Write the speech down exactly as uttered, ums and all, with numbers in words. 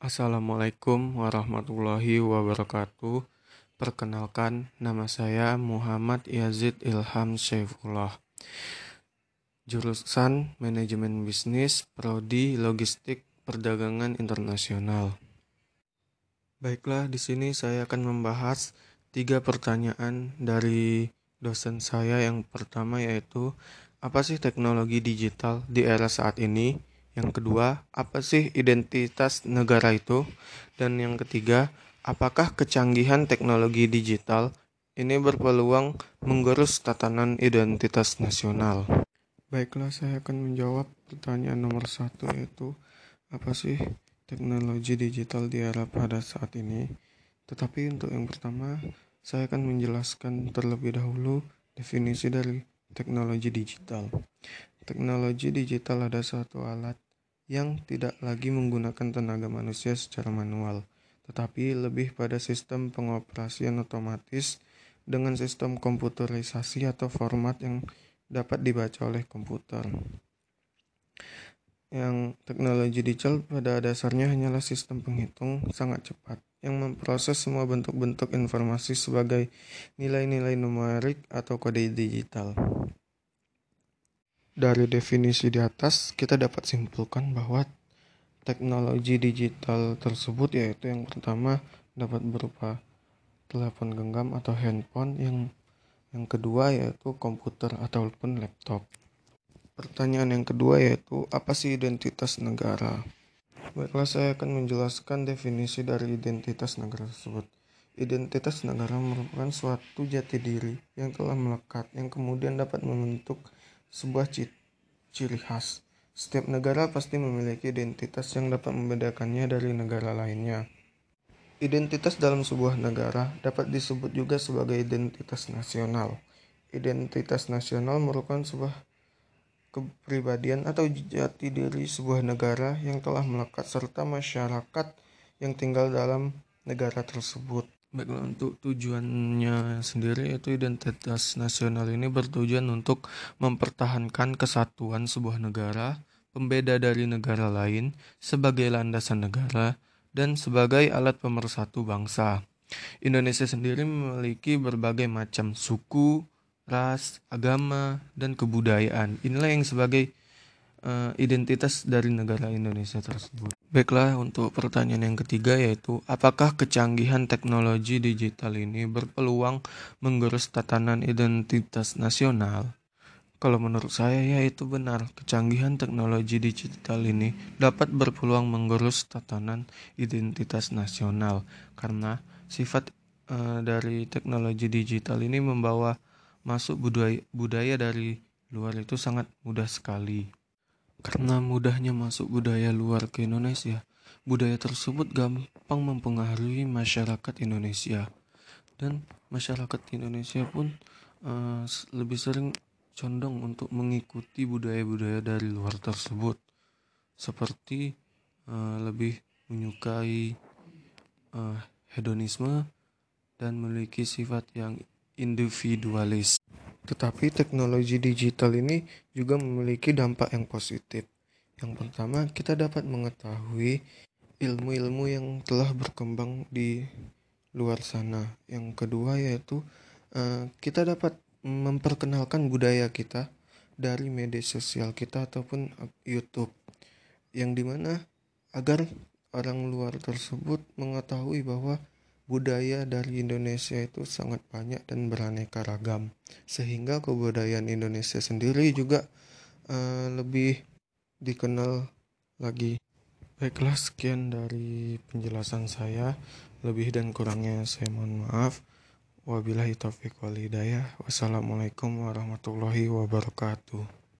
Assalamualaikum warahmatullahi wabarakatuh. Perkenalkan, nama saya Muhammad Yazid Ilham Syaifullah. Jurusan Manajemen Bisnis, Prodi Logistik Perdagangan Internasional. Baiklah, di sini saya akan membahas tiga pertanyaan dari dosen saya. Yang pertama yaitu, apa sih teknologi digital di era saat ini? Yang kedua, apa sih identitas negara itu? Dan yang ketiga, apakah kecanggihan teknologi digital ini berpeluang menggerus tatanan identitas nasional? Baiklah, saya akan menjawab pertanyaan nomor satu, yaitu apa sih teknologi digital di era pada saat ini. Tetapi untuk yang pertama, saya akan menjelaskan terlebih dahulu definisi dari teknologi digital. Teknologi digital adalah suatu alat yang tidak lagi menggunakan tenaga manusia secara manual, tetapi lebih pada sistem pengoperasian otomatis dengan sistem komputerisasi atau format yang dapat dibaca oleh komputer. Yang teknologi digital pada dasarnya hanyalah sistem penghitung sangat cepat yang memproses semua bentuk-bentuk informasi sebagai nilai-nilai numerik atau kode digital. Dari definisi di atas, kita dapat simpulkan bahwa teknologi digital tersebut yaitu yang pertama dapat berupa telepon genggam atau handphone, yang yang kedua yaitu komputer ataupun laptop. Pertanyaan yang kedua yaitu, apa sih identitas negara? Baiklah, saya akan menjelaskan definisi dari identitas negara tersebut. Identitas negara merupakan suatu jati diri yang telah melekat, yang kemudian dapat membentuk sebuah ciri khas. Setiap negara pasti memiliki identitas yang dapat membedakannya dari negara lainnya. Identitas dalam sebuah negara dapat disebut juga sebagai identitas nasional. Identitas nasional merupakan sebuah kepribadian atau jati diri sebuah negara yang telah melekat serta masyarakat yang tinggal dalam negara tersebut. Baiklah, untuk tujuannya sendiri yaitu identitas nasional ini bertujuan untuk mempertahankan kesatuan sebuah negara, pembeda dari negara lain, sebagai landasan negara, dan sebagai alat pemersatu bangsa. Indonesia sendiri memiliki berbagai macam suku, ras, agama, dan kebudayaan. Inilah yang sebagai uh, identitas dari negara Indonesia tersebut. Baiklah, untuk pertanyaan yang ketiga yaitu, apakah kecanggihan teknologi digital ini berpeluang menggerus tatanan identitas nasional? Kalau menurut saya ya itu benar, kecanggihan teknologi digital ini dapat berpeluang menggerus tatanan identitas nasional karena sifat uh, dari teknologi digital ini membawa masuk budaya, budaya dari luar itu sangat mudah sekali. Karena mudahnya masuk budaya luar ke Indonesia, budaya tersebut gampang mempengaruhi masyarakat Indonesia. Dan masyarakat Indonesia pun uh, lebih sering condong untuk mengikuti budaya-budaya dari luar tersebut. Seperti uh, lebih menyukai uh, hedonisme dan memiliki sifat yang individualis. Tetapi teknologi digital ini juga memiliki dampak yang positif. Yang pertama, kita dapat mengetahui ilmu-ilmu yang telah berkembang di luar sana. Yang kedua yaitu uh, kita dapat memperkenalkan budaya kita dari media sosial kita ataupun YouTube, yang dimana agar orang luar tersebut mengetahui bahwa budaya dari Indonesia itu sangat banyak dan beraneka ragam, sehingga kebudayaan Indonesia sendiri juga uh, lebih dikenal lagi. Baiklah, sekian dari penjelasan saya. Lebih dan kurangnya saya mohon maaf. Wabillahi taufiq wal hidayah. Wassalamualaikum warahmatullahi wabarakatuh.